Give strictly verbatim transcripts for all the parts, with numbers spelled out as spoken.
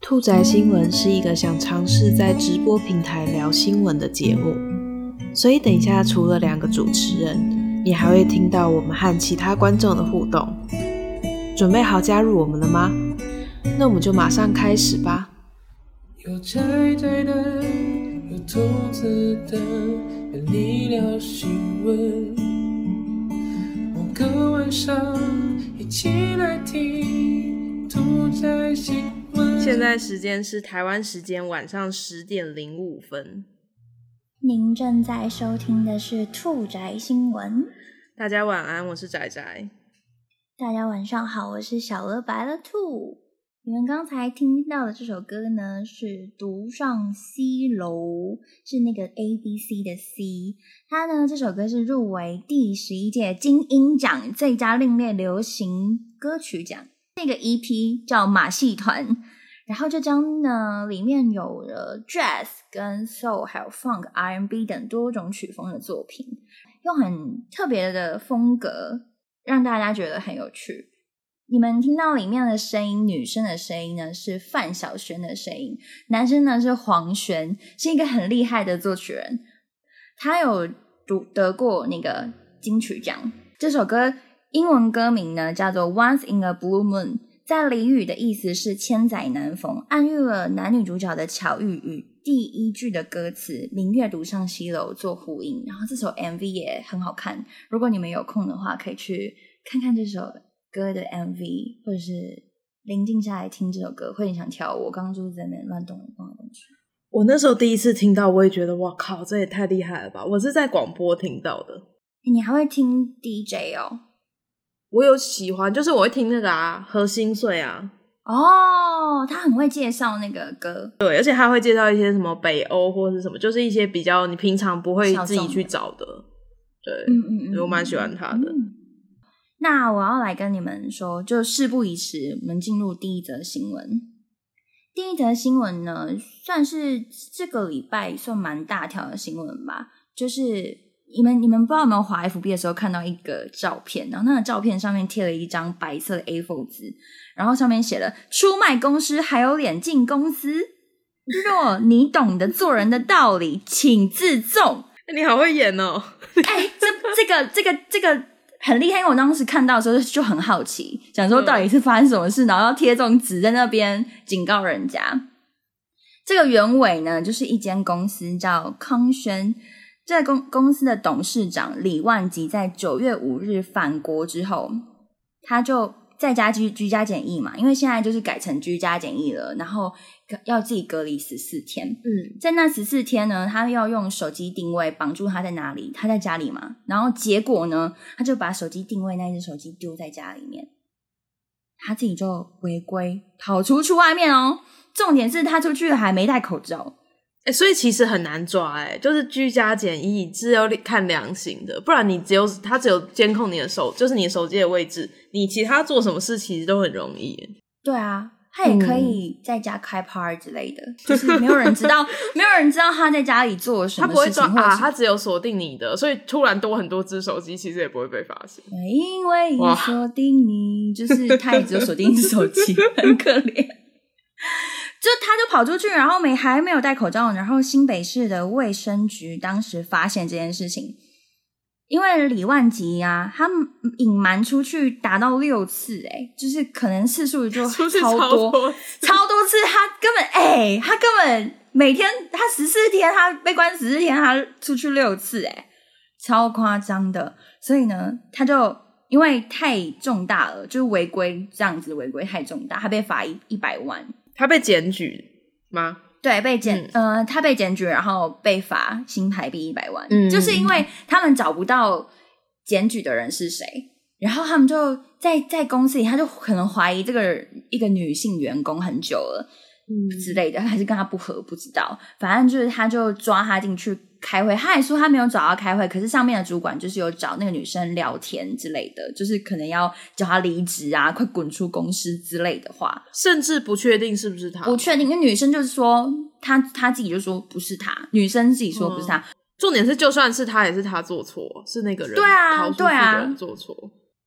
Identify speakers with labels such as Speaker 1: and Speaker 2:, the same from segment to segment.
Speaker 1: 兔宅新闻是一个想尝试在直播平台聊新闻的节目，所以等一下除了两个主持人，你还会听到我们和其他观众的互动。准备好加入我们了吗？那我们就马上开始吧。
Speaker 2: 有宅宅的，有兔子的，陪你聊新闻。某个晚上，一起来听兔宅新闻。
Speaker 1: 现在时间是台湾时间晚上十点零五分。
Speaker 3: 您正在收听的是兔宅新闻。
Speaker 1: 大家晚安，我是宅宅。
Speaker 3: 大家晚上好，我是小鹅白了兔。你们刚才听到的这首歌呢，是独上西楼，是那个 A B C 的 C。它呢，这首歌是入围第十一届金鹰奖最佳另类流行歌曲奖。那个 E P 叫马戏团，然后这张呢里面有了 Jazz 跟 Soul 还有 Funk R and B 等多种曲风的作品，用很特别的风格让大家觉得很有趣。你们听到里面的声音，女生的声音呢是范晓萱的声音，男生呢是黄轩，是一个很厉害的作曲人，他有得过那个金曲奖。这首歌英文歌名呢叫做 Once in a Blue Moon， 在俚语的意思是千载难逢，暗喻了男女主角的巧遇与第一句的歌词明月独上西楼做呼应。然后这首 M V 也很好看，如果你们有空的话可以去看看这首歌的 M V， 或者是临静下来听这首歌会很想跳舞。我刚刚就是在那边乱动乱动去。
Speaker 1: 我那时候第一次听到，我也觉得哇靠，这也太厉害了吧！我是在广播听到的。
Speaker 3: 你还会听 D J 哦？
Speaker 1: 我有喜欢，就是我会听那个啊，何心碎啊。
Speaker 3: 哦，他很会介绍那个歌。
Speaker 1: 对，而且他会介绍一些什么北欧或是什么，就是一些比较你平常不会自己去找的。对，嗯嗯嗯，我蛮喜欢他的。
Speaker 3: 嗯，那我要来跟你们说，就事不宜迟，我们进入第一则新闻。第一则新闻呢，算是这个礼拜算蛮大条的新闻吧，就是你们你们不知道有没有滑 F B 的时候看到一个照片，然后那个照片上面贴了一张白色的 A 四 纸，然后上面写了出卖公司还有脸进公司，若你懂得做人的道理请自重。
Speaker 1: 你好会演哦。
Speaker 3: 哎，这这个这个这个很厉害，因为我当时看到的时候就很好奇，想说到底是发生什么事，然后要贴这种纸在那边警告人家。这个原委呢，就是一间公司叫康轩，这个公公司的董事长李万吉在九月五日返国之后，他就在家居居家检疫嘛，因为现在就是改成居家检疫了，然后要自己隔离十四天。嗯，在那十四天呢，他要用手机定位绑住他在哪里，他在家里嘛，然后结果呢，他就把手机定位那一只手机丢在家里面，他自己就违规跑出去外面哦。重点是他出去还没戴口罩。
Speaker 1: 欸，所以其实很难抓欸，就是居家检疫是要看量刑的，不然你只有他只有监控你的手，就是你手机的位置，你其他做什么事其实都很容易。
Speaker 3: 对啊，他也可以在家开 party 之类的，嗯，就是没有人知道没有人知道他在家里做什么事情，
Speaker 1: 他不会抓啊，他只有锁定你的，所以突然多很多只手机其实也不会被发现。
Speaker 3: 因为锁定你，就是他也只有锁定你手机，很可怜。就他就跑出去，然后没还没有戴口罩，然后新北市的卫生局当时发现这件事情，因为李万吉啊，他隐瞒出去达到六次，欸，就是可能次数就超多
Speaker 1: 超多
Speaker 3: 超多次，他根本哎，欸，他根本每天他十四天，他被关十四天，他出去六次，哎，欸，超夸张的。所以呢，他就因为太重大了，就是违规这样子，违规太重大，他被罚一一百万。
Speaker 1: 他被检举吗？
Speaker 3: 对，被检、嗯、呃，他被检举，然后被罚新台币一百万，
Speaker 1: 嗯，
Speaker 3: 就是因为他们找不到检举的人是谁，然后他们就在在公司里，他就可能怀疑这个一个女性员工很久了，嗯之类的，还是跟他不合，不知道，反正就是他就抓他进去开会，他还说他没有找他开会，可是上面的主管就是有找那个女生聊天之类的，就是可能要叫他离职啊，快滚出公司之类的话，
Speaker 1: 甚至不确定是不是他，
Speaker 3: 不确定，因为女生就是说他他自己就说不是他，女生自己说不是他，嗯，
Speaker 1: 重点是就算是他也是他做错，是那个人
Speaker 3: 对啊
Speaker 1: 逃出去的人做错，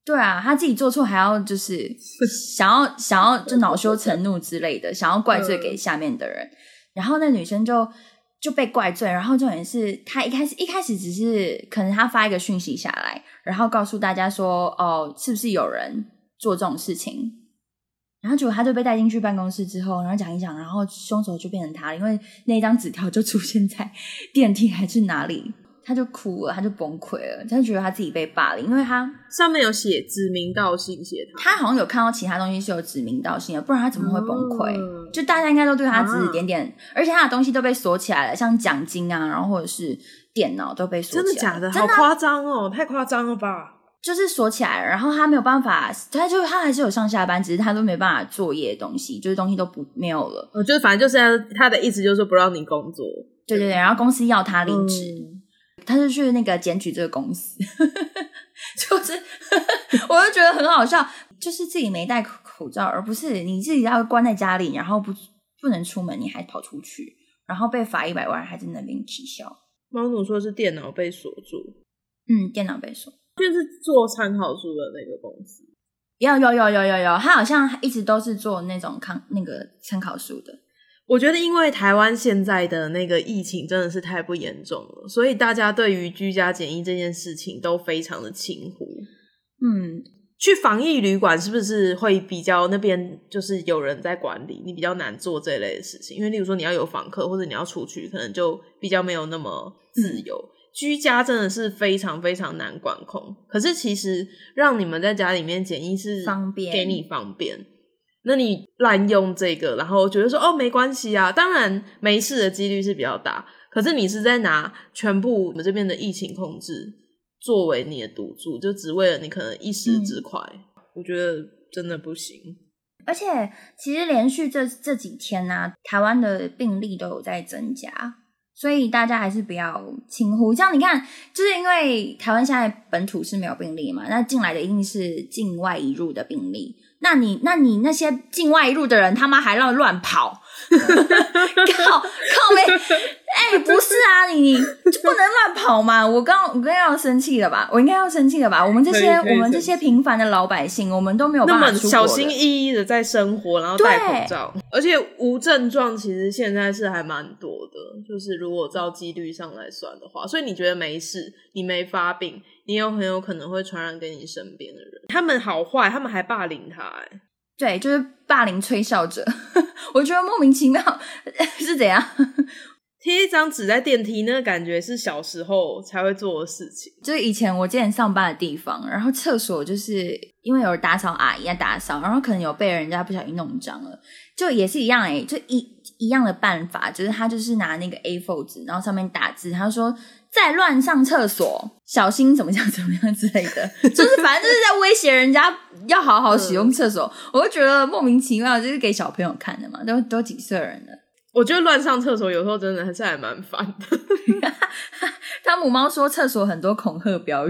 Speaker 3: 对啊，他自己做错还要就是想要想要就恼羞成怒之类的，想要怪罪给下面的人，然后那女生就就被怪罪，然后重点是他一开始一开始只是可能他发一个讯息下来，然后告诉大家说哦是不是有人做这种事情，然后结果他就被带进去办公室之后，然后讲一讲，然后凶手就变成他了，因为那张纸条就出现在电梯还是哪里，他就哭了，他就崩溃了，他就觉得他自己被霸凌，因为他
Speaker 1: 上面有写指名道姓写他，
Speaker 3: 他好像有看到其他东西是有指名道姓的，不然他怎么会崩溃？
Speaker 1: 嗯、
Speaker 3: 就大家应该都对他指指点点、啊，而且他的东西都被锁起来了，像奖金啊，然后或者是电脑都被锁起来了。
Speaker 1: 真的假的？
Speaker 3: 真的
Speaker 1: 好夸张哦，太夸张了吧！
Speaker 3: 就是锁起来了，然后他没有办法，他就他还是有上下班，只是他都没办法作业的东西，就是东西都不没有了。
Speaker 1: 哦，就是反正就是他的意思，就是说不让你工作。
Speaker 3: 对对对，然后公司要他离职。嗯，他就去那个检举这个公司，就是我就觉得很好笑，就是自己没戴口罩，而不是你自己要关在家里，然后不不能出门，你还跑出去，然后被罚一百万，还在那边起笑。
Speaker 1: 猫奴说是电脑被锁住，
Speaker 3: 嗯，电脑被锁，
Speaker 1: 就是做参考书的那个公司。
Speaker 3: 有有有有有有，他好像一直都是做那种康那个参考书的。
Speaker 1: 我觉得因为台湾现在的那个疫情真的是太不严重了，所以大家对于居家检疫这件事情都非常的轻忽。
Speaker 3: 嗯，
Speaker 1: 去防疫旅馆是不是会比较那边就是有人在管理，你比较难做这类的事情？因为例如说你要有访客或者你要出去，可能就比较没有那么自由。嗯，居家真的是非常非常难管控，可是其实让你们在家里面检疫是
Speaker 3: 方便，
Speaker 1: 给你方便。那你滥用这个，然后觉得说哦没关系啊，当然没事的几率是比较大，可是你是在拿全部我们这边的疫情控制作为你的赌注，就只为了你可能一时之快。嗯，我觉得真的不行。
Speaker 3: 而且其实连续这这几天啊，台湾的病例都有在增加，所以大家还是不要轻忽。这样你看，就是因为台湾现在本土是没有病例嘛，那进来的一定是境外移入的病例。那你那你那些境外移入的人，他妈还让乱跑，靠靠没？哎、欸，不是啊，你你就不能乱跑嘛！我刚我刚要生气了吧？我应该要生气了吧？我们这些我们这些平凡的老百姓，我们都没有办法出国的，
Speaker 1: 那么小心翼翼的在生活，然后戴口罩，而且无症状其实现在是还蛮多的，就是如果照几率上来算的话，所以你觉得没事，你没发病，你有很有可能会传染给你身边的人。他们好坏，他们还霸凌他、欸，
Speaker 3: 对，就是霸凌吹哨者，我觉得莫名其妙是怎样？
Speaker 1: 贴一张纸在电梯，那个感觉是小时候才会做的事情。
Speaker 3: 就是以前我之前上班的地方，然后厕所就是因为有打扫阿姨在打扫，然后可能有被人家不小心弄脏了，就也是一样诶、欸，就一一样的办法，就是他就是拿那个 A 四 纸，然后上面打字，他说再乱上厕所小心怎么样怎么样之类的，就是反正就是在威胁人家要好好使用厕所、嗯、我就觉得莫名其妙，就是给小朋友看的嘛，都都几岁人了。
Speaker 1: 我觉得乱上厕所有时候真的还是还蛮烦的。
Speaker 3: 汤姆猫说厕所很多恐吓标语。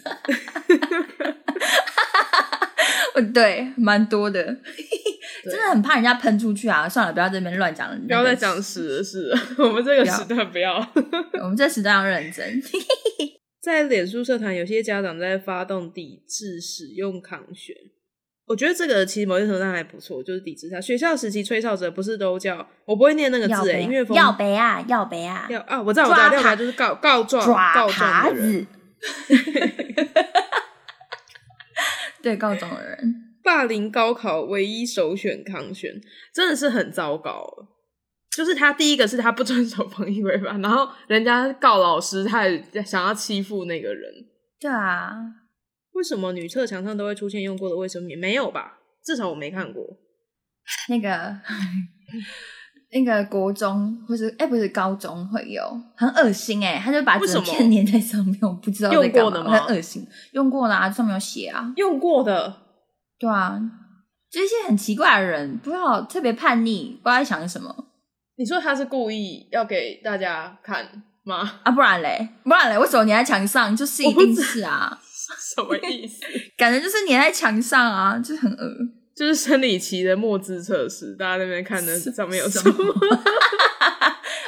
Speaker 3: 对，蛮多的。真的很怕人家喷出去啊！算了，不要在这边乱讲了，
Speaker 1: 不要再讲屎了事了。我们这个时代不要，
Speaker 3: 我们这时代要认真。
Speaker 1: 在脸书社团，有些家长在发动抵制使用康轩，我觉得这个其实某些程度上还不错，就是抵制它。学校时期吹哨者不是都叫，我不会念那个字诶，音乐风
Speaker 3: 要杯啊，要杯啊，
Speaker 1: 要啊，我知道，我知道，要杯就是告告状，告状的人，
Speaker 3: 对，告状的人。
Speaker 1: 霸凌高考唯一首选康轩，真的是很糟糕。就是他第一个是他不遵守防疫规范，然后人家告老师，他也想要欺负那个人。
Speaker 3: 对啊，
Speaker 1: 为什么女厕墙上都会出现用过的卫生棉？没有吧？至少我没看过。
Speaker 3: 那个那个国中或是哎、欸、不是高中会有，很恶心哎、欸，他就把整片粘在上面，我不知道在干嘛，
Speaker 1: 用过的吗？
Speaker 3: 很恶心，用过的啊，上面有写啊，
Speaker 1: 用过的。
Speaker 3: 对啊，就一些很奇怪的人，不知道特别叛逆，不知道在想什么。
Speaker 1: 你说他是故意要给大家看吗？
Speaker 3: 啊，不然嘞，不然嘞，为什么粘在墙上？就是一定是啊，
Speaker 1: 什么意思？
Speaker 3: 感觉就是粘在墙上啊，就是很恶，
Speaker 1: 就是生理期的末次测试，大家那边看的上面有什么？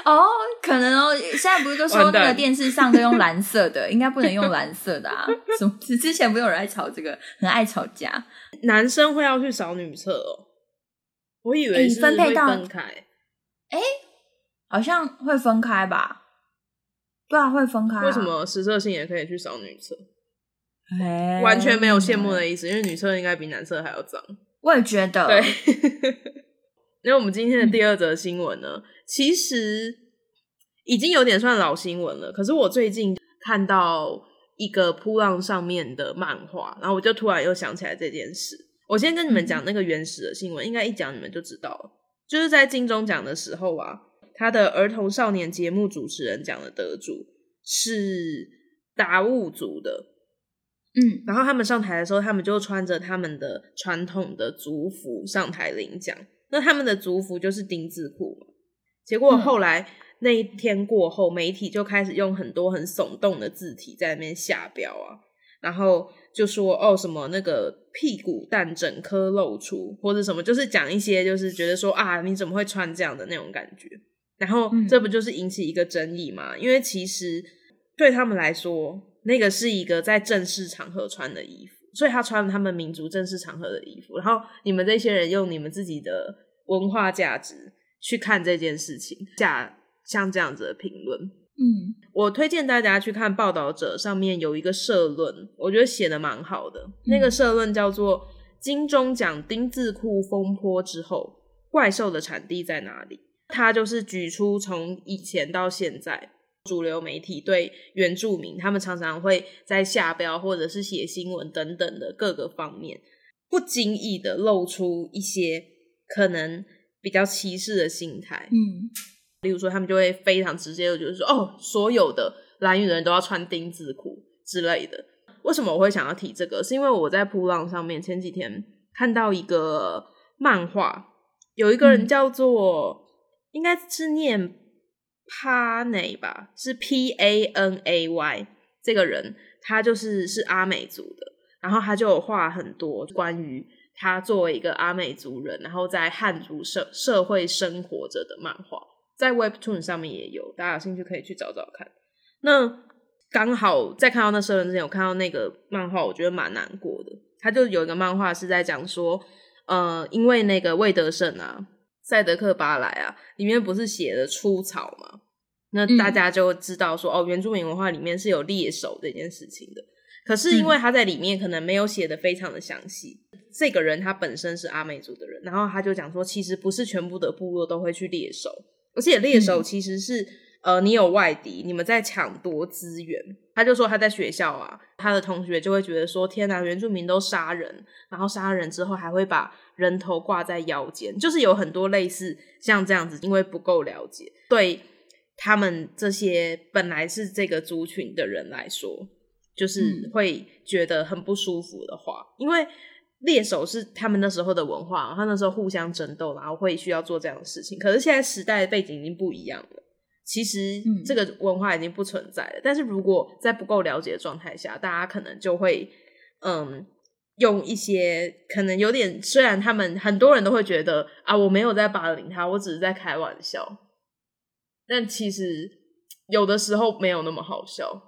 Speaker 3: 哦，可能哦，现在不是都说那个电视上都用蓝色的，应该不能用蓝色的啊。什么？之前不有人爱吵这个，很爱吵架。
Speaker 1: 男生会要去扫女厕哦，我以为是会分开。
Speaker 3: 哎、欸，好像会分开吧？对啊，会分开、啊。
Speaker 1: 为什么食色性也可以去扫女厕？
Speaker 3: 欸、
Speaker 1: 完全没有羡慕的意思，因为女厕应该比男厕还要脏。
Speaker 3: 我也觉得。
Speaker 1: 对。因为我们今天的第二则新闻呢、嗯、其实已经有点算老新闻了，可是我最近看到一个噗浪上面的漫画，然后我就突然又想起来这件事。我先跟你们讲那个原始的新闻、嗯、应该一讲你们就知道了。就是在金钟奖的时候啊，他的儿童少年节目主持人奖的得主是达悟族的，
Speaker 3: 嗯，
Speaker 1: 然后他们上台的时候，他们就穿着他们的传统的族服上台领奖。那他们的族服就是丁字裤嘛，结果后来、嗯、那一天过后，媒体就开始用很多很耸动的字体在那边下标啊，然后就说哦什么那个屁股蛋整颗露出，或者什么，就是讲一些就是觉得说啊你怎么会穿这样的那种感觉。然后这不就是引起一个争议嘛、嗯、因为其实对他们来说那个是一个在正式场合穿的衣服，所以他穿了他们民族正式场合的衣服，然后你们这些人用你们自己的文化价值去看这件事情，下像这样子的评论。
Speaker 3: 嗯，
Speaker 1: 我推荐大家去看报道者上面有一个社论，我觉得写得蛮好的、嗯、那个社论叫做金钟奖丁字裤风波之后怪兽的产地在哪里。他就是举出从以前到现在主流媒体对原住民他们常常会在下标或者是写新闻等等的各个方面不经意的露出一些可能比较歧视的心态。
Speaker 3: 嗯，
Speaker 1: 例如说他们就会非常直接的就是说哦，所有的蓝屿的人都要穿丁字裤之类的。为什么我会想要提这个，是因为我在噗浪上面前几天看到一个漫画，有一个人叫做、嗯、应该是念帕内吧，是 P A N A Y， 这个人他就是是阿美族的，然后他就有画很多关于他作为一个阿美族人然后在汉族社社会生活着的漫画，在 Webtoon 上面也有，大家有兴趣可以去找找看。那刚好在看到那社论之前，我看到那个漫画我觉得蛮难过的。他就有一个漫画是在讲说呃，因为那个魏德胜啊赛德克巴莱啊里面不是写了出草嘛，那大家就知道说、嗯、哦，原住民文化里面是有猎手这件事情的。可是因为他在里面可能没有写的非常的详细、嗯、这个人他本身是阿美族的人，然后他就讲说其实不是全部的部落都会去猎手，而且猎手其实是、嗯、呃，你有外敌，你们在抢夺资源。他就说他在学校啊，他的同学就会觉得说天哪，原住民都杀人，然后杀人之后还会把人头挂在腰间，就是有很多类似像这样子，因为不够了解，对他们这些本来是这个族群的人来说就是会觉得很不舒服的话、嗯、因为猎手是他们那时候的文化，然后那时候互相争斗，然后会需要做这样的事情。可是现在时代的背景已经不一样了，其实这个文化已经不存在了、嗯、但是如果在不够了解的状态下，大家可能就会嗯用一些可能有点，虽然他们很多人都会觉得啊我没有在霸凌他，我只是在开玩笑，但其实有的时候没有那么好笑。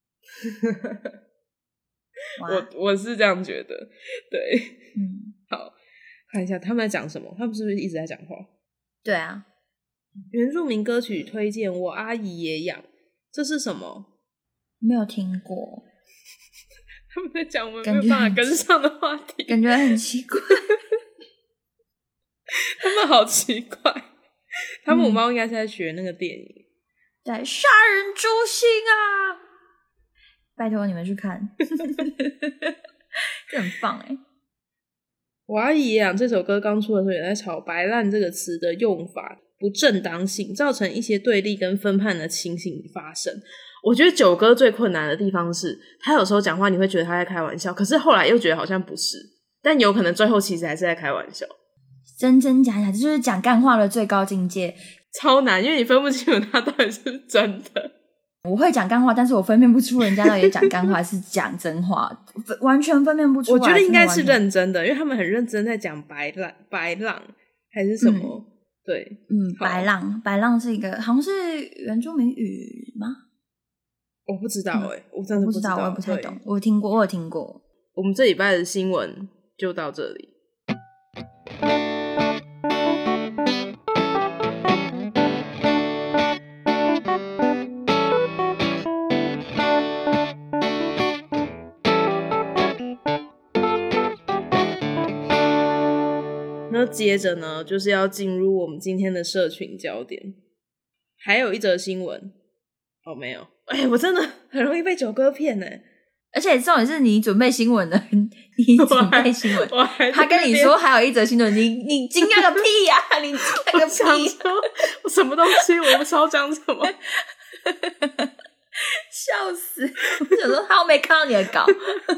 Speaker 1: 我我是这样觉得。对，
Speaker 3: 嗯，
Speaker 1: 好，看一下他们在讲什么，他们是不是一直在讲话？
Speaker 3: 对啊，
Speaker 1: 原住民歌曲推荐我阿姨也养，这是什么？
Speaker 3: 没有听过。
Speaker 1: 他们在讲我们没有办法跟上的话题，
Speaker 3: 感觉很奇怪。
Speaker 1: 他们好奇怪，他们母猫应该是在学那个电影，
Speaker 3: 对、嗯，杀人诛心啊！拜托你们去看。这很棒耶。
Speaker 1: 我阿姨也养这首歌刚出的时候也在吵白烂这个词的用法不正当性，造成一些对立跟分判的情形发生。我觉得九哥最困难的地方是他有时候讲话你会觉得他在开玩笑，可是后来又觉得好像不是，但有可能最后其实还是在开玩笑。
Speaker 3: 真真假假，这就是讲干话的最高境界，
Speaker 1: 超难，因为你分不清楚他到底是不是真的。
Speaker 3: 我会讲干话，但是我分辨不出人家到底讲干话还是讲真话，完全分辨不出来。
Speaker 1: 我觉得应该是认真的，因为他们很认真在讲白浪白浪还是什么、嗯、 对，
Speaker 3: 嗯，白浪，白浪是一个好像是原住民语吗？
Speaker 1: 我不知道哎、欸嗯，我真的
Speaker 3: 不知道，我也不太懂。我听过，我有听过。
Speaker 1: 我们这礼拜的新闻就到这里。那接着呢，就是要进入我们今天的社群焦点。还有一则新闻哦，没有，哎、欸，我真的很容易被九哥骗呢。
Speaker 3: 而且重点是你准备新闻的，你准备新闻，他跟你说还有一则新闻，你你惊讶个屁呀、啊！你惊讶个屁！
Speaker 1: 我什么东西？我不知道讲什么，
Speaker 3: 笑死！我想说他又没看到你的稿。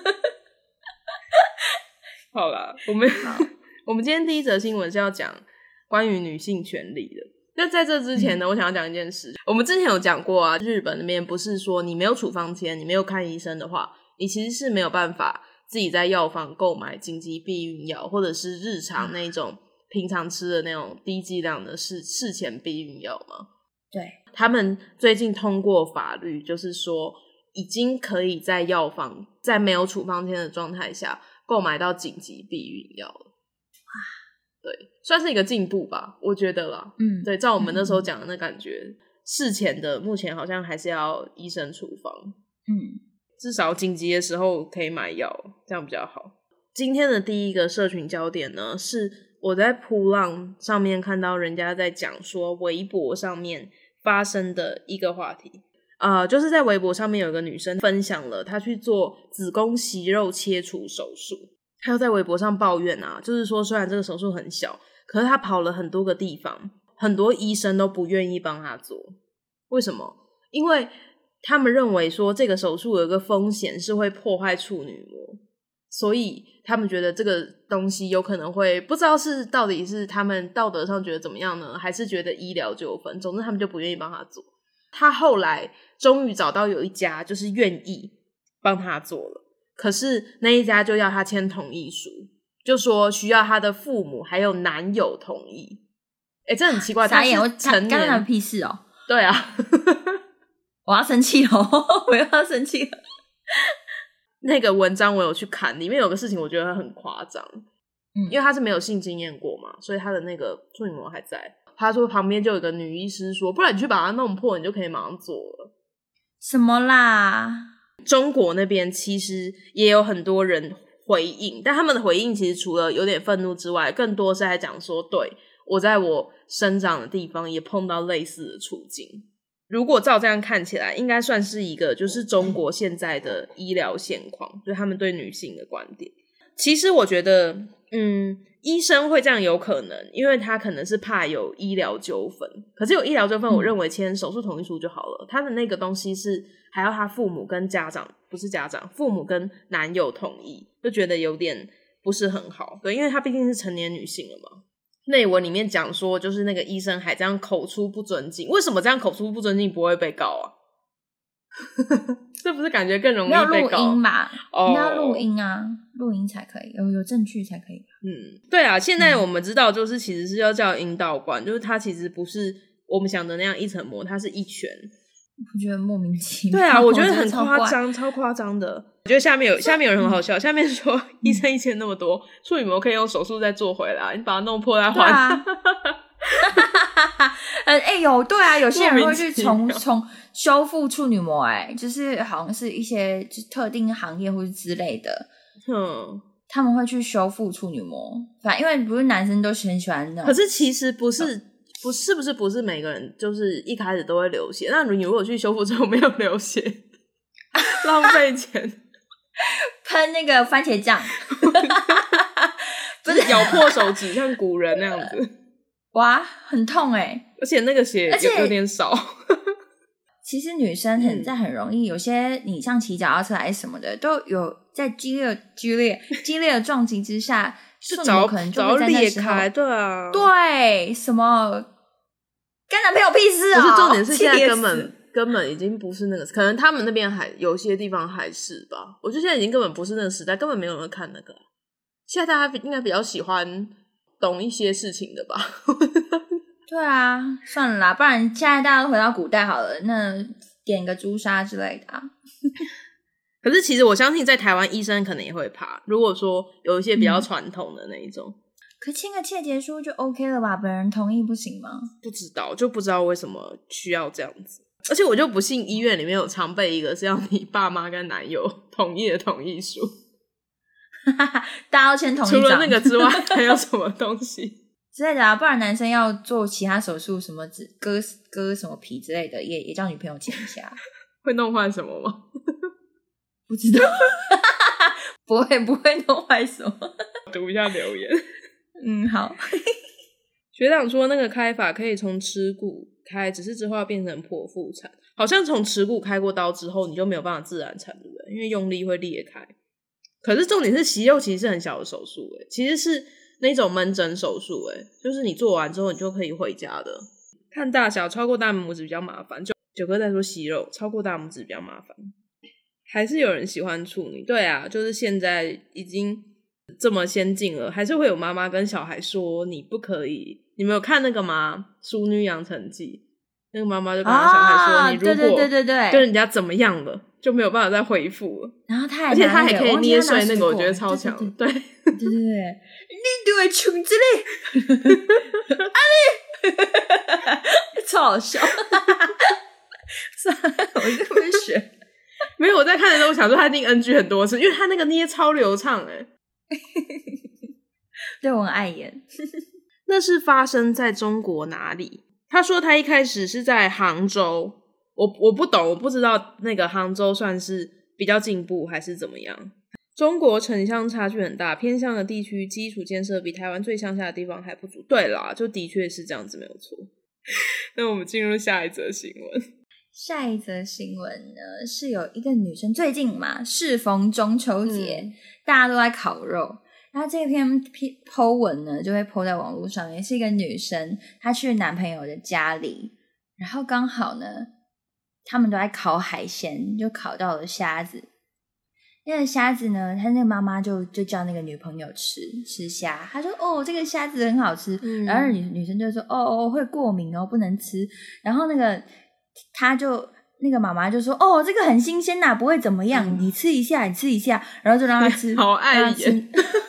Speaker 1: 好啦，我们我们今天第一则新闻是要讲关于女性权利的。那在这之前呢、嗯、我想要讲一件事。我们之前有讲过啊，日本那边不是说你没有处方签，你没有看医生的话，你其实是没有办法自己在药房购买紧急避孕药，或者是日常那种平常吃的那种低剂量的事事前避孕药吗？
Speaker 3: 对，
Speaker 1: 他们最近通过法律，就是说已经可以在药房在没有处方签的状态下购买到紧急避孕药了。哇，对，算是一个进步吧，我觉得啦。嗯，对，照我们那时候讲的那感觉，嗯、事前的目前好像还是要医生处方。嗯。至少紧急的时候可以买药，这样比较好。今天的第一个社群焦点呢，是我在噗浪上面看到人家在讲说微博上面发生的一个话题。呃，就是在微博上面有一个女生分享了她去做子宫息肉切除手术，她又在微博上抱怨啊，就是说虽然这个手术很小，可是她跑了很多个地方，很多医生都不愿意帮她做。为什么？因为他们认为说这个手术有一个风险是会破坏处女膜，所以他们觉得这个东西有可能会，不知道是到底是他们道德上觉得怎么样呢，还是觉得医疗纠纷，总之他们就不愿意帮他做。他后来终于找到有一家就是愿意帮他做了，可是那一家就要他签同意书，就说需要他的父母还有男友同意。诶，这很奇怪，他是成年，
Speaker 3: 干他屁事哦。
Speaker 1: 对啊。
Speaker 3: 我要生气了，我又要生气了。
Speaker 1: 那个文章我有去看，里面有个事情我觉得很夸张，嗯，因为他是没有性经验过嘛，所以他的那个处女膜还在。他说旁边就有个女医师说，不然你去把它弄破，你就可以马上做了。
Speaker 3: 什么啦？
Speaker 1: 中国那边其实也有很多人回应，但他们的回应其实除了有点愤怒之外，更多是在讲说，对，我在我生长的地方也碰到类似的处境。如果照这样看起来，应该算是一个就是中国现在的医疗现况，就是他们对女性的观点。其实我觉得嗯，医生会这样有可能，因为他可能是怕有医疗纠纷，可是有医疗纠纷我认为签手术同意书就好了、嗯、他的那个东西是还要他父母跟家长，不是家长，父母跟男友同意，就觉得有点不是很好。对，因为他毕竟是成年女性了嘛。内文里面讲说，就是那个医生还这样口出不尊敬，为什么这样口出不尊敬不会被告啊？这不是感觉更容易被告？
Speaker 3: 没有录音嘛？哦，你要录音啊，录音才可以，有有证据才可以。
Speaker 1: 嗯，对啊，现在我们知道，就是其实是要叫阴道冠、嗯，就是它其实不是我们想的那样一层膜，它是一圈。
Speaker 3: 我觉得莫名其妙。
Speaker 1: 对啊，我觉得很夸张，超夸张的。我觉得下面有下面有人很好笑，嗯、下面说医生一签那么多，处女膜可以用手术再做回来，你把它弄破再换。啊
Speaker 3: 哎、欸、有对啊，有些人会去重重修复处女膜、欸，哎，就是好像是一些就特定行业或是之类的，嗯，他们会去修复处女膜。反正因为不是男生都很喜欢那种，
Speaker 1: 可是其实不是。嗯不是不是不是每个人就是一开始都会流血，那你如果去修复之后没有流血，浪费钱，
Speaker 3: 喷那个番茄酱，
Speaker 1: 不是咬破手指像古人那样子，
Speaker 3: 哇，很痛哎、欸，
Speaker 1: 而且那个血有有点少。
Speaker 3: 其实女生很在很容易，有些你像骑脚踏车还是什么的，都有在激烈激烈激烈的撞击之下，处女膜可能就会在那时候裂开，
Speaker 1: 对啊，
Speaker 3: 对，什么干男朋友屁事啊、哦！
Speaker 1: 不是重点是现在根本根本已经不是那个，可能他们那边还有些地方还是吧。我觉得现在已经根本不是那个时代，根本没有人看那个。现在大家应该比较喜欢懂一些事情的吧。
Speaker 3: 对啊，算了啦，不然现在大家都回到古代好了，那点个朱砂之类的啊。
Speaker 1: 可是其实我相信在台湾医生可能也会怕，如果说有一些比较传统的那一种、嗯、
Speaker 3: 可签个切结书就 OK 了吧，本人同意不行吗？
Speaker 1: 不知道，就不知道为什么需要这样子。而且我就不信医院里面有常备一个是要你爸妈跟男友同意的同意书
Speaker 3: 大家要签同意章，
Speaker 1: 除了那个之外还有什么东西
Speaker 3: 之类的啊，不然男生要做其他手术什么割割什么皮之类的也也叫女朋友签一下
Speaker 1: 会弄坏什么吗？
Speaker 3: 不知道不会不会弄坏什么
Speaker 1: 读一下留言
Speaker 3: 嗯，好
Speaker 1: 学长说那个开法可以从耻骨开，只是之后要变成剖腹产，好像从耻骨开过刀之后你就没有办法自然产，对不对？因为用力会裂开。可是重点是息肉其实是很小的手术诶，其实是那种门诊手术诶，就是你做完之后你就可以回家的。看大小超过大拇指比较麻烦，就九哥在说息肉超过大拇指比较麻烦。还是有人喜欢处女，对啊，就是现在已经这么先进了，还是会有妈妈跟小孩说你不可以。你们有看那个吗？淑女养成记，那个妈妈就跟他小孩说、啊、你如果
Speaker 3: 对对对对对
Speaker 1: 跟人家怎么样了就没有办法再回复了，
Speaker 3: 然后他还、
Speaker 1: 而且他还可以捏碎那个，我觉得超强。对对
Speaker 3: 对对对，你就会穷之类啊你超好笑算了我就没学
Speaker 1: 没有，我在看的时候我想说他一定 N G 很多次，因为他那个捏超流畅诶
Speaker 3: 对，我很爱演
Speaker 1: 那是发生在中国哪里？他说他一开始是在杭州，我我不懂，我不知道那个杭州算是比较进步还是怎么样。中国城乡差距很大，偏乡的地区基础建设比台湾最乡下的地方还不足。对啦，就的确是这样子，没有错。那我们进入下一则新闻。
Speaker 3: 下一则新闻呢，是有一个女生，最近嘛适逢中秋节、嗯、大家都在烤肉，然后这篇 po 文呢就会 po 在网络上面，是一个女生她去男朋友的家里，然后刚好呢他们都在烤海鲜，就烤到了虾子。那个虾子呢，他那个妈妈就就叫那个女朋友吃吃虾，她说哦这个虾子很好吃、嗯、然后女女生就说哦哦会过敏哦不能吃，然后那个他就那个妈妈就说哦这个很新鲜呐、啊、不会怎么样、嗯、你吃一下你吃一下，然后就让他吃
Speaker 1: 好爱演
Speaker 3: 硬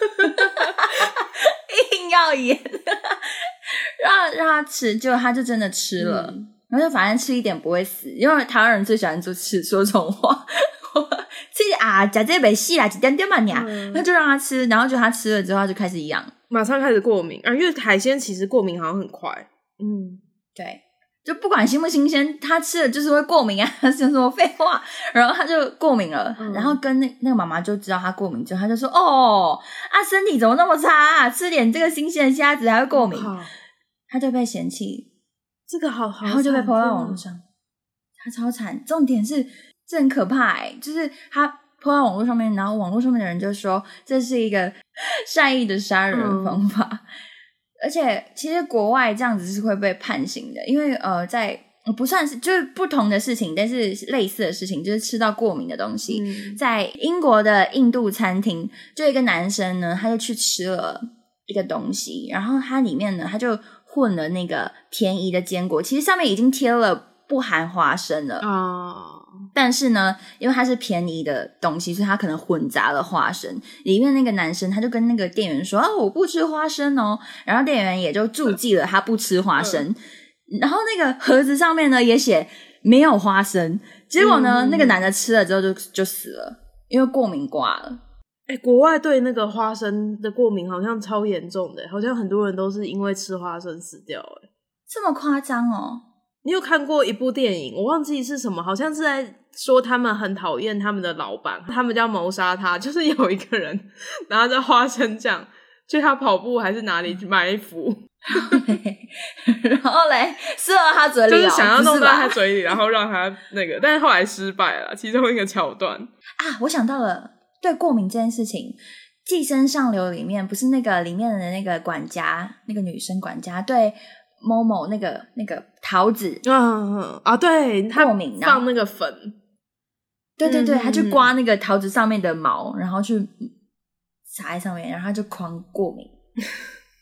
Speaker 3: 要演让, 让他吃，结果他就真的吃了、嗯、然后就反正吃一点不会死，因为台湾人最喜欢做吃说这种话吃啊吃这没戏啦一点点嘛你啊，那、嗯、就让他吃，然后就他吃了之后他就开始痒，
Speaker 1: 马上开始过敏啊，因为海鲜其实过敏好像很快。
Speaker 3: 嗯，对，就不管新不新鲜他吃了就是会过敏啊，讲什么废话，然后他就过敏了、嗯、然后跟那那个妈妈就知道他过敏之后，他就说哦啊身体怎么那么差啊，吃点这个新鲜的虾子还会过敏、哦、他就被嫌弃，
Speaker 1: 这个好好，
Speaker 3: 然后就被 po 到网络上，他超惨，重点是这很可怕欸，就是他 po 到网络上面，然后网络上面的人就说这是一个善意的杀人方法、嗯、而且其实国外这样子是会被判刑的，因为呃，在不算是就是不同的事情，但是类似的事情就是吃到过敏的东西、嗯、在英国的印度餐厅，就一个男生呢他就去吃了一个东西，然后它里面呢他就混了那个便宜的坚果，其实上面已经贴了不含花生了
Speaker 1: 哦，
Speaker 3: 但是呢因为它是便宜的东西，所以它可能混杂了花生，里面那个男生他就跟那个店员说啊我不吃花生哦，然后店员也就注记了他不吃花生、嗯、然后那个盒子上面呢也写没有花生，结果呢、嗯、那个男的吃了之后就就死了，因为过敏挂了。
Speaker 1: 欸，国外对那个花生的过敏好像超严重的，好像很多人都是因为吃花生死掉。欸，
Speaker 3: 这么夸张哦？
Speaker 1: 你有看过一部电影，我忘记是什么，好像是在说他们很讨厌他们的老板，他们就要谋杀他，就是有一个人拿着花生酱去他跑步还是哪里埋伏
Speaker 3: 然后嘞射到他嘴里，
Speaker 1: 就是想要弄到他嘴里然后让他那个但是后来失败了，其中一个桥段
Speaker 3: 啊，我想到了，对过敏这件事情，寄生上流里面不是那个里面的那个管家，那个女生管家对某某那个那个桃子
Speaker 1: 嗯啊，对，他
Speaker 3: 过敏
Speaker 1: 放那个粉，
Speaker 3: 对对对，他去刮那个桃子上面的毛，然后去撒在上面，然后他就狂过敏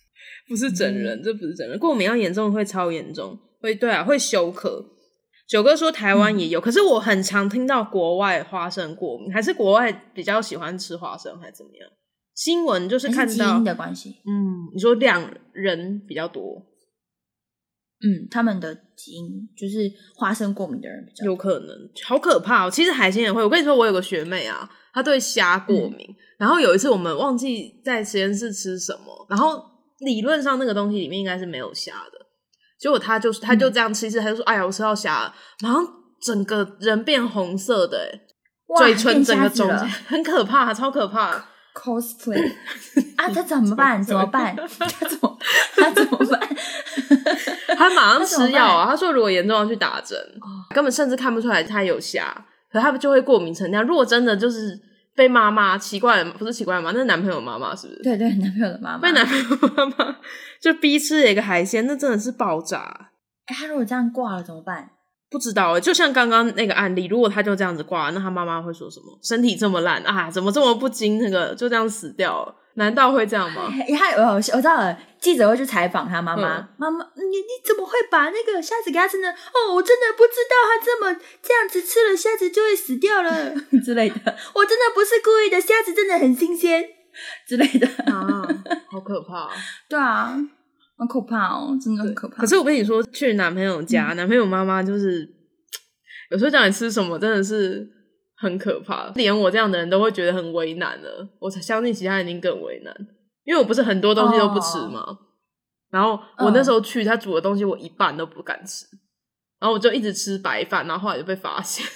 Speaker 1: 不是整人、嗯、这不是整人，过敏要严重会超严重，会对啊会休克。九哥说台湾也有、嗯、可是我很常听到国外花生过敏，还是国外比较喜欢吃花生还是怎么样，新闻就是看到
Speaker 3: 是基因的关系。
Speaker 1: 嗯，你说两人比较多，
Speaker 3: 嗯，他们的基因就是花生过敏的人比较多，
Speaker 1: 有可能，好可怕哦。其实海鲜也会，我跟你说我有个学妹啊，她对虾过敏、嗯、然后有一次我们忘记在实验室吃什么，然后理论上那个东西里面应该是没有虾的，结果她就她就这样吃一次，她就说哎呀我吃到虾了，然后整个人变红色的耶，嘴唇整个肿起来，很可怕，超可怕。
Speaker 3: cosplay 啊，他怎么办？怎么办？他怎么？他怎么办？
Speaker 1: 他马上吃药啊！他说如果严重要去打针，根本甚至看不出来他有虾，可他就会过敏成那样。如果真的就是被妈妈奇怪了，不是奇怪吗？那是男朋友妈妈是不是？
Speaker 3: 对对，男朋友的妈妈
Speaker 1: 被男朋友妈妈就逼吃了一个海鲜，那真的是爆炸。
Speaker 3: 哎、欸，他如果这样挂了怎么办？
Speaker 1: 不知道欸，就像刚刚那个案例，如果他就这样子挂，那他妈妈会说什么？身体这么烂啊，怎么这么不精？那个就这样死掉了，难道会这样吗？
Speaker 3: 他我我知道了，记者会去采访他妈妈，妈妈、嗯，你你怎么会把那个虾子给他吃呢？哦，我真的不知道他这么这样子吃了虾子就会死掉了之类的，我真的不是故意的，虾子真的很新鲜之类的
Speaker 1: 啊，好可怕！
Speaker 3: 对啊。好可怕哦，真的很可怕。
Speaker 1: 可是我跟你说，去男朋友家，嗯、男朋友妈妈就是有时候叫你吃什么，真的是很可怕。连我这样的人都会觉得很为难了，我才相信其他人一定更为难，因为我不是很多东西都不吃嘛。哦、然后我那时候去，他煮的东西我一半都不敢吃，然后我就一直吃白饭，然后后来就被发现。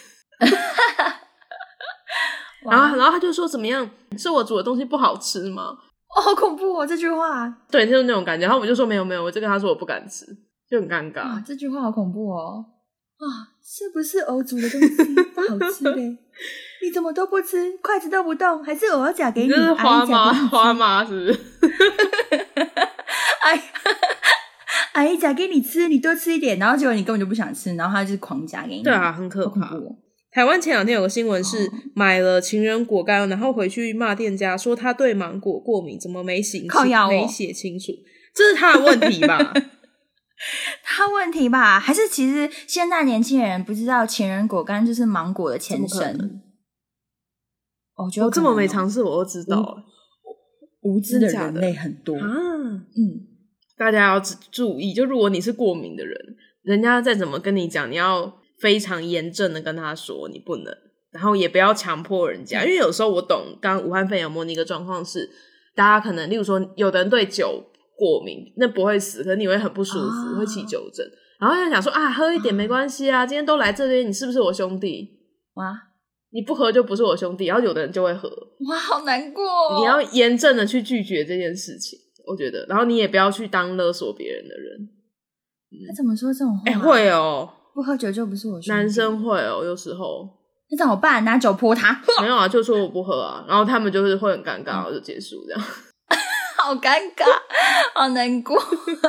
Speaker 1: 然后，然后他就说怎么样？是我煮的东西不好吃吗？
Speaker 3: 哦，好恐怖哦！这句话，
Speaker 1: 对，就是那种感觉。然后我就说没有没有，我就跟他说我不敢吃，就很尴尬。
Speaker 3: 啊、这句话好恐怖哦！啊，是不是偶煮的东西不好吃嘞？你怎么都不吃，筷子都不动，还是我要夹给你？
Speaker 1: 这是花妈，花妈是不是？
Speaker 3: 哎，阿姨夹给你吃，你多吃一点，然后结果你根本就不想吃，然后他就狂夹给你。
Speaker 1: 对啊，很可怕。
Speaker 3: 好恐怖哦。
Speaker 1: 台湾前两天有个新闻是、哦、买了情人果干，然后回去骂店家说他对芒果过敏，怎么没写清楚、哦、没写清楚，这是他的问题吧？
Speaker 3: 他问题吧？还是其实现在年轻人不知道情人果干就是芒果的前身？我觉得、哦、
Speaker 1: 我这么没尝试，我都知道。
Speaker 3: 无知的人类很多啊，
Speaker 1: 嗯，大家要注意，就如果你是过敏的人，人家再怎么跟你讲，你要非常严正的跟他说你不能，然后也不要强迫人家、嗯、因为有时候我懂刚刚武汉肺炎模拟一个状况是大家可能例如说有的人对酒过敏，那不会死，可是你会很不舒服、哦、会起酒疹，然后就想说啊喝一点没关系啊、哦、今天都来这边，你是不是我兄弟？
Speaker 3: 哇，
Speaker 1: 你不喝就不是我兄弟，然后有的人就会喝。
Speaker 3: 哇，好难过哦。
Speaker 1: 你要严正的去拒绝这件事情，我觉得，然后你也不要去当勒索别人的人、
Speaker 3: 嗯、他怎么说这种话？
Speaker 1: 哎、欸，会哦，
Speaker 3: 不喝酒就不是我兄弟。
Speaker 1: 男生会哦，有时候。
Speaker 3: 那怎么办？拿酒泼他？
Speaker 1: 没有啊，就说我不喝啊，然后他们就是会很尴尬，然后就结束这样。
Speaker 3: 好尴尬，好难过。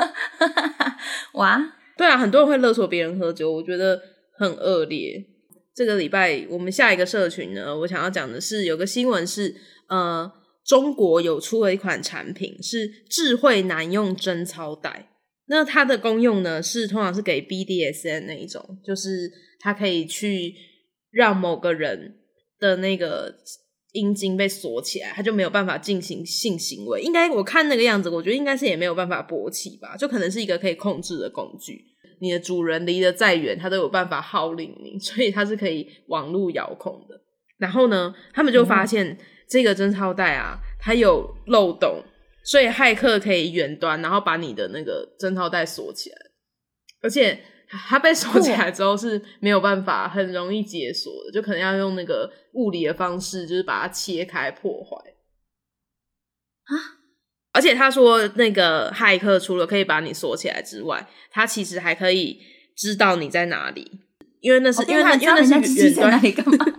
Speaker 3: 哇，
Speaker 1: 对啊，很多人会勒索别人喝酒，我觉得很恶劣。这个礼拜我们下一个社群呢，我想要讲的是有个新闻是呃，中国有出了一款产品是智慧男用贞操带，那它的功用呢是通常是给 B D S M 那一种，就是它可以去让某个人的那个阴茎被锁起来，他就没有办法进行性行为，应该我看那个样子我觉得应该是也没有办法勃起吧，就可能是一个可以控制的工具，你的主人离得再远他都有办法号令你，所以它是可以网络遥控的。然后呢他们就发现这个贞操带啊它有漏洞，所以骇客可以远端然后把你的那个贞操带锁起来，而且它被锁起来之后是没有办法很容易解锁的，就可能要用那个物理的方式就是把它切开破坏
Speaker 3: 啊。
Speaker 1: 而且他说那个骇客除了可以把你锁起来之外，他其实还可以知道你在哪里，因为那是、哦、因为那因为那是远端，
Speaker 3: 哪里干嘛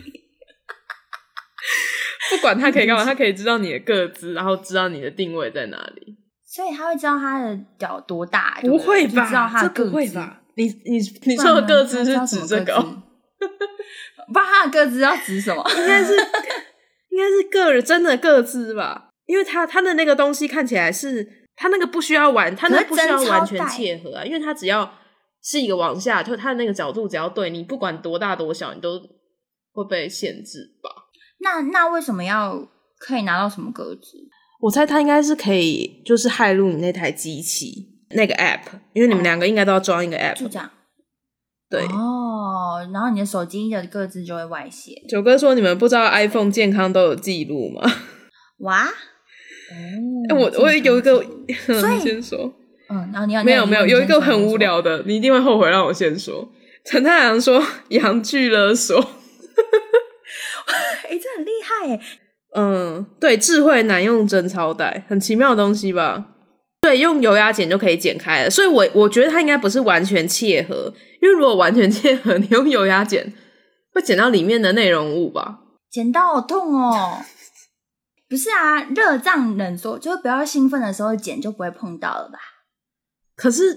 Speaker 1: 不管他可以干嘛，他可以知道你的个资，然后知道你的定位在哪里，
Speaker 3: 所以他会知道他的脚多大？
Speaker 1: 不会吧？
Speaker 3: 知道他的个
Speaker 1: 这不会吧？你你你说的个资是指这个、哦？
Speaker 3: 不知道他的个资要指什么？
Speaker 1: 应该是应该是个人真的个资吧？因为他他的那个东西看起来是它那个不需要完，它那个不需要完全切合啊，因为它只要是一个往下，就它的那个角度只要对，你不管多大多小，你都会被限制吧。
Speaker 3: 那那为什么要可以拿到什么格子？
Speaker 1: 我猜它应该是可以就是骇入你那台机器那个 app， 因为你们两个应该都要装一个 app，
Speaker 3: 就这样。
Speaker 1: 对
Speaker 3: 哦，然后你的手机的个字就会外泄。
Speaker 1: 九哥说你们不知道 iPhone 健康都有记录吗？
Speaker 3: 哇，哦，
Speaker 1: 欸、我我有一个，所以你先说。
Speaker 3: 嗯，然后你要
Speaker 1: 没有没有有一个很无聊的，你一定会后悔，让我先说。陈太阳说洋剧勒索，哎、
Speaker 3: 欸，这很厉害耶。
Speaker 1: 嗯，对，智慧男用贞操带，很奇妙的东西吧？对，用油压剪就可以剪开了，所以我我觉得它应该不是完全切合，因为如果完全切合，你用油压剪会剪到里面的内容物吧？
Speaker 3: 剪到好痛哦！不是啊，热胀冷缩，就是不要兴奋的时候剪就不会碰到了吧？
Speaker 1: 可是，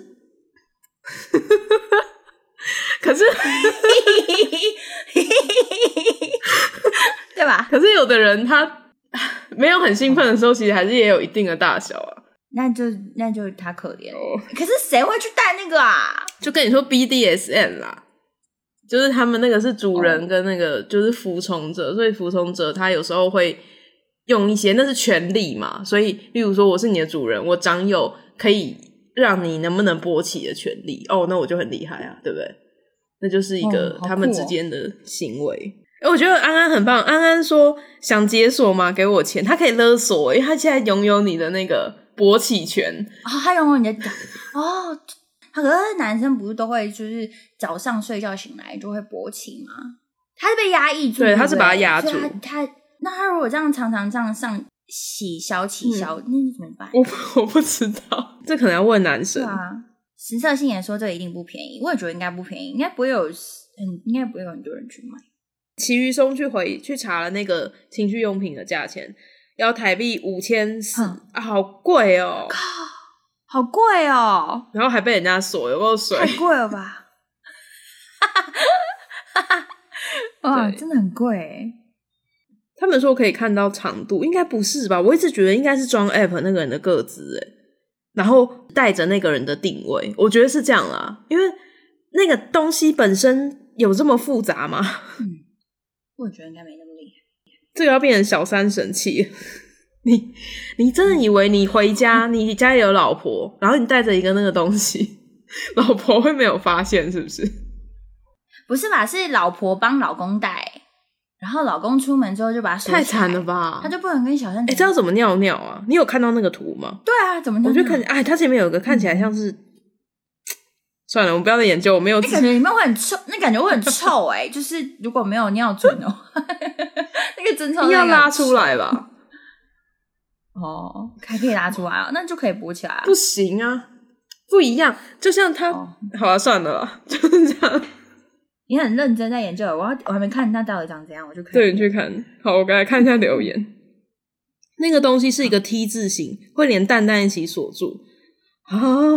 Speaker 1: 可是，
Speaker 3: 对吧？
Speaker 1: 可是有的人他没有很兴奋的时候，其实还是也有一定的大小啊。
Speaker 3: 那就那就他可怜。哦、可是谁会去戴那个啊？
Speaker 1: 就跟你说 B D S M 啦，就是他们那个是主人跟那个就是服从者，所以服从者他有时候会用一些，那是权利嘛，所以例如说我是你的主人，我掌有可以让你能不能勃起的权利，哦，那我就很厉害啊，对不对？那就是一个他们之间的行为。哦，我觉得安安很棒，安安说想解锁吗？给我钱，他可以勒索，因为他现在拥有你的那个勃起权。
Speaker 3: 哦，他拥有你的哦，可是男生不是都会就是早上睡觉醒来就会勃起吗？他是被压抑住，
Speaker 1: 对，他是把他压住。
Speaker 3: 他他那他如果这样常常这样上起消起消，嗯、那怎么办？
Speaker 1: 我我不知道，这可能要问男生。
Speaker 3: 对啊，实测性也说这个一定不便宜，我也觉得应该不便宜，应该不会有很应该不会有很多人去买。
Speaker 1: 齐余松去回去查了那个情趣用品的价钱，要台币五千四啊，好贵哦！
Speaker 3: 靠，好贵哦！
Speaker 1: 然后还被人家锁，有够水，
Speaker 3: 太贵了吧？哇，真的很贵。
Speaker 1: 他们说可以看到长度，应该不是吧？我一直觉得应该是装 app 那个人的个子，诶，然后带着那个人的定位，我觉得是这样啦。因为那个东西本身有这么复杂吗？
Speaker 3: 嗯，我觉得应该没那么厉害。
Speaker 1: 这个要变成小三神器。你你真的以为你回家，你家里有老婆，然后你带着一个那个东西，老婆会没有发现是不是？
Speaker 3: 不是吧？是老婆帮老公带，然后老公出门之后就把他锁起来。
Speaker 1: 太惨了吧！他
Speaker 3: 就不能跟小三。哎、
Speaker 1: 欸，这要怎么尿尿啊？你有看到那个图吗？
Speaker 3: 对啊，怎么尿尿？
Speaker 1: 我就看，哎，它前面有个看起来像是，嗯、算了，我们不要再研究，我没有。
Speaker 3: 那感觉里面会很臭，那感觉会很臭哎、欸，就是如果没有尿准的话，那个真臭
Speaker 1: 要拉出来吧？
Speaker 3: 哦，还可以拉出来啊，那就可以勃起来啊？
Speaker 1: 不行啊，不一样。就像他，哦、好啊，算了啦，就是这样。
Speaker 3: 你很认真在研究，我要我还没看它到底长怎样，我就可以。
Speaker 1: 对，你去看。好，我刚才看一下留言。那个东西是一个 T 字形，会连蛋蛋一起锁住。啊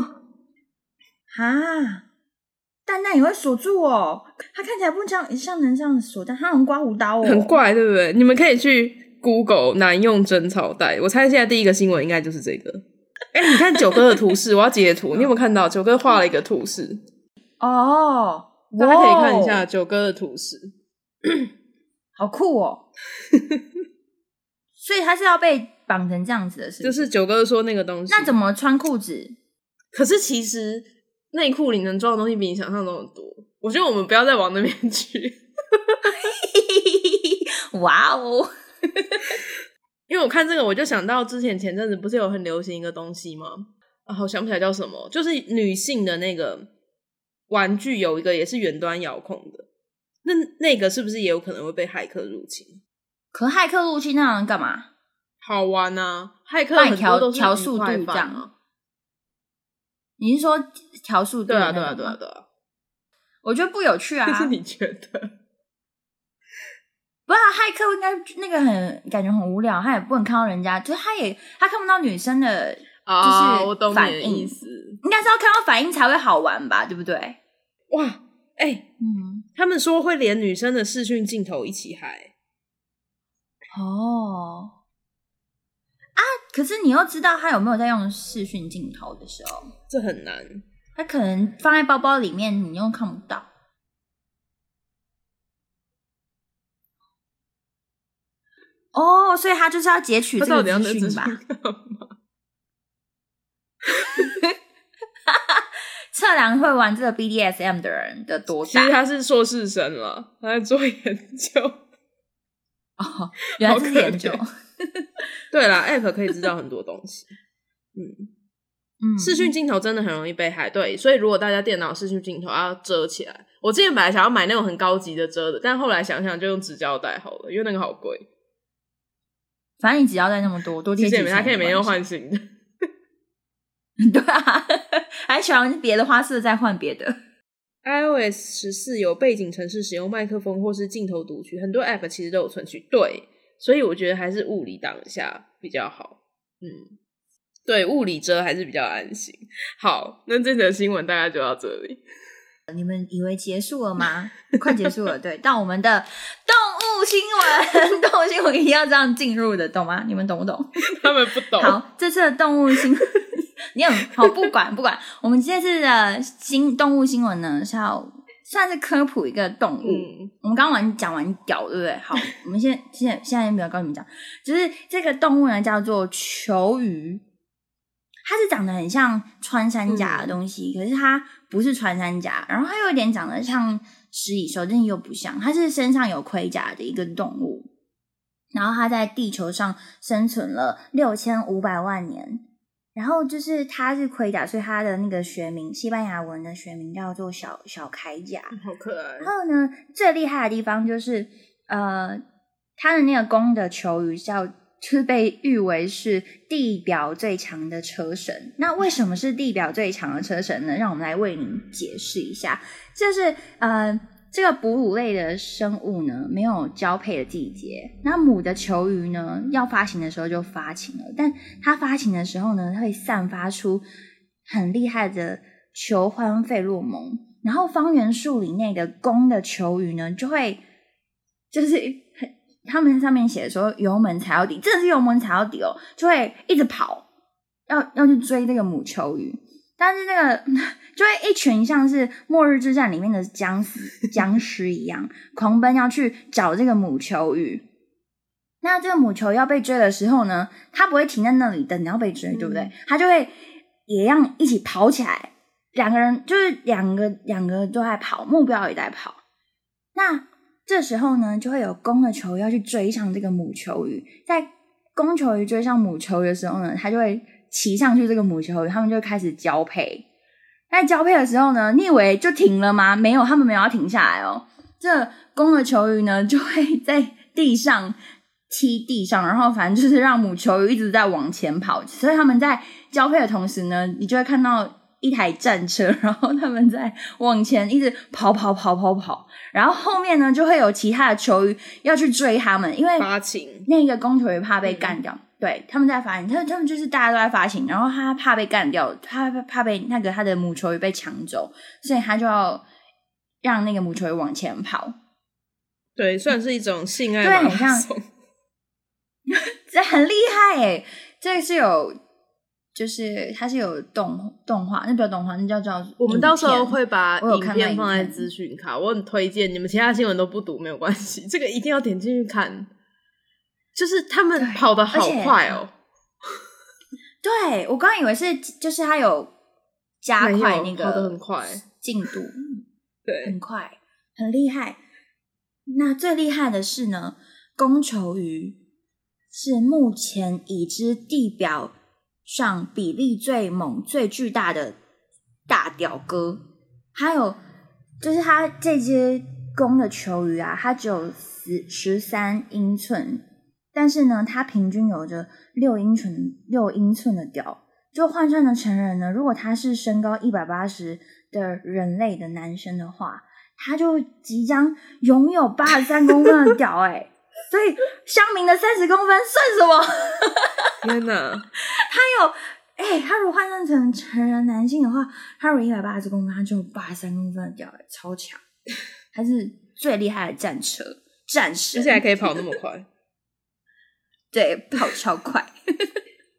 Speaker 3: 啊！蛋蛋也会锁住哦，它看起来不像像能这样锁，但它像刮胡刀哦，
Speaker 1: 很怪，对不对？你们可以去 Google 男用贞操带，我猜现在第一个新闻应该就是这个。哎、欸，你看九哥的图示，我要截图，你有没有看到？九哥画了一个图示
Speaker 3: 哦。
Speaker 1: 大家可以看一下九哥的图示，
Speaker 3: 好酷哦！所以他是要被绑成这样子的是不是？
Speaker 1: 就是九哥说那个东西，
Speaker 3: 那怎么穿裤子？
Speaker 1: 可是其实内裤里能装的东西比你想象中的多。我觉得我们不要再往那边去。
Speaker 3: 哇哦！
Speaker 1: 因为我看这个，我就想到之前前阵子不是有很流行一个东西吗？啊，我想不起来叫什么，就是女性的那个。玩具有一个也是远端遥控的，那那个是不是也有可能会被骇客入侵？
Speaker 3: 可骇客入侵那样干嘛？
Speaker 1: 好玩啊！骇客很多都是
Speaker 3: 调速度这样。你是说调速度？
Speaker 1: 对啊，对啊，对啊，对啊。
Speaker 3: 我觉得不有趣啊。
Speaker 1: 但是你觉得？
Speaker 3: 不是、啊，骇客应该那个很感觉很无聊，他也不能看到人家，就是他也他看不到女生的，就是反应。
Speaker 1: 哦、意思
Speaker 3: 应该是要看到反应才会好玩吧，对不对？
Speaker 1: 哇，哎、欸，
Speaker 3: 嗯，
Speaker 1: 他们说会连女生的视讯镜头一起嗨。
Speaker 3: 哦，啊， 可是你又知道他有没有在用视讯镜头的时候，
Speaker 1: 这很难。
Speaker 3: 他可能放在包包里面，你又看不到。哦，所以他就是要截取这个资讯吧？测量会玩这个 B D S M 的人的多大？
Speaker 1: 其实他是硕士生了，他在做研究。
Speaker 3: 哦，原来是研究。
Speaker 1: 对啦 ，App 可以知道很多东西。嗯嗯，视讯镜头真的很容易被害。对，所以如果大家电脑视讯镜头要遮起来，我之前本来想要买那种很高级的遮的，但后来想想就用纸胶带好了，因为那个好贵。
Speaker 3: 反正你纸胶带那么多，多贴几层，
Speaker 1: 它可以每天换新的。
Speaker 3: 对啊，还喜欢别的花色再换别的。
Speaker 1: iOS 十四有背景程式使用麦克风或是镜头读取，很多 App 其实都有存取。对，所以我觉得还是物理挡一下比较好。嗯，对，物理遮还是比较安心。好，那这则新闻大概就到这里。
Speaker 3: 你们以为结束了吗？快结束了，对，到我们的动物新闻，动物新闻一定要这样进入的，懂吗？你们懂不懂？
Speaker 1: 他们不懂。
Speaker 3: 好，这次的动物新闻，你很好，不管不管。我们这次的新动物新闻呢，是要算是科普一个动物。嗯、我们刚完讲完屌，对不对？好，我们现在现在现在没有跟你们讲，就是这个动物呢叫做球鱼。它是长得很像穿山甲的东西、嗯、可是它不是穿山甲，然后它又有点长得像食蚁兽，但又不像，它是身上有盔甲的一个动物，然后它在地球上生存了六千五百万年，然后就是它是盔甲，所以它的那个学名，西班牙文的学名叫做小小铠甲，
Speaker 1: 好可爱。
Speaker 3: 然后呢，最厉害的地方就是呃，它的那个公的球鱼叫就是被誉为是地表最强的车神。那为什么是地表最强的车神呢？让我们来为您解释一下。就是呃，这个哺乳类的生物呢，没有交配的季节。那母的球鱼呢，要发情的时候就发情了，但它发情的时候呢，会散发出很厉害的球欢费洛蒙。然后方圆数里内的公的球鱼呢，就会就是很。他们上面写说油门踩到底，真的是油门踩到底哦，就会一直跑，要要去追这个母球鱼，但是那个就会一群像是末日之战里面的僵尸僵尸一样狂奔要去找这个母球鱼。那这个母球要被追的时候呢，它不会停在那里等你要被追、嗯、对不对？它就会也让一起跑起来，两个人就是两个两个都在跑，目标也在跑。那这时候呢，就会有公的球鱼要去追上这个母球鱼，在公球鱼追上母球鱼的时候呢，它就会骑上去这个母球鱼，他们就会开始交配。在交配的时候呢，你以为就停了吗？没有，他们没有要停下来哦。这公的球鱼呢，就会在地上踢地上，然后反正就是让母球鱼一直在往前跑。所以他们在交配的同时呢，你就会看到一台战车，然后他们在往前一直跑跑跑跑跑，然后后面呢就会有其他的球鱼要去追他们，因为
Speaker 1: 发情
Speaker 3: 那个公球鱼怕被干掉、嗯、对，他们在发情，他他们就是大家都在发情，然后他怕被干掉，他怕被那个他的母球鱼被抢走，所以他就要让那个母球鱼往前跑。
Speaker 1: 对，算是一种性爱马拉松。
Speaker 3: 这很厉害耶，这是有就是它是有动动画，那不叫动画，那叫叫
Speaker 1: 我们到时候会把影片放在资讯卡，我很推荐，你们其他新闻都不读没有关系，这个一定要点进去看，就是他们跑得好快哦。
Speaker 3: 对，我刚刚以为是就是它有加快那个
Speaker 1: 跑得很快
Speaker 3: 进度，
Speaker 1: 对，
Speaker 3: 很快，很厉害。那最厉害的是呢，公球鱼是目前已知地表上比例最猛最巨大的大屌哥，还有就是它这只公的球鱼啊，它只有十三英寸，但是呢它平均有着六英寸六英寸的屌，就换算的成人呢，如果他是身高一百八十的人类的男生的话，他就即将拥有八十三公分的屌欸所以乡民的三十公分算什么？
Speaker 1: 天哪！
Speaker 3: 他有哎、欸，他如果换算成成人男性的话，他如果一百八十公分，他就有八十三公分的屌，超强！他是最厉害的战车战士，
Speaker 1: 而且还可以跑那么快。
Speaker 3: 对，跑超快。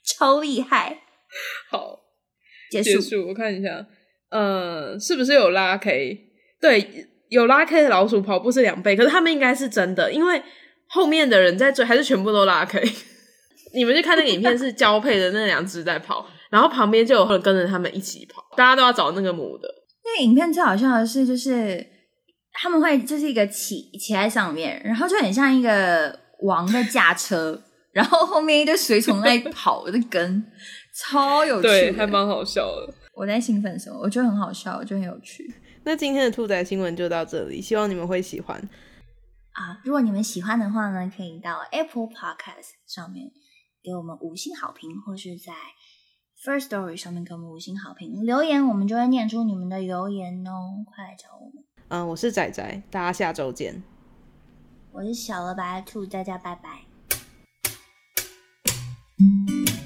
Speaker 3: 超厉害。
Speaker 1: 好，
Speaker 3: 结束。
Speaker 1: 结束。我看一下，呃，是不是有拉 K？ 对，有拉 K 的老鼠跑步是两倍，可是他们应该是真的，因为后面的人在追，还是全部都拉 K。你们去看那个影片，是交配的那两只在跑，然后旁边就有人跟着他们一起跑，大家都要找那个母的。
Speaker 3: 那个影片最好笑的是，就是他们会就是一个骑骑在上面，然后就很像一个王在驾车，然后后面一堆随从在跑在跟，超有趣的，
Speaker 1: 对，还蛮好笑的。
Speaker 3: 我在兴奋什么？我觉得很好笑，我觉得很有趣。
Speaker 1: 那今天的兔仔新闻就到这里，希望你们会喜欢
Speaker 3: 啊！如果你们喜欢的话呢，可以到 Apple Podcast 上面给我们五星好评，或是在 First Story 上面给我们五星好评留言，我们就会念出你们的留言哦。快来找我们。
Speaker 1: 嗯，我是仔仔，大家下周见。
Speaker 3: 我是小鹅白兔，大家拜拜。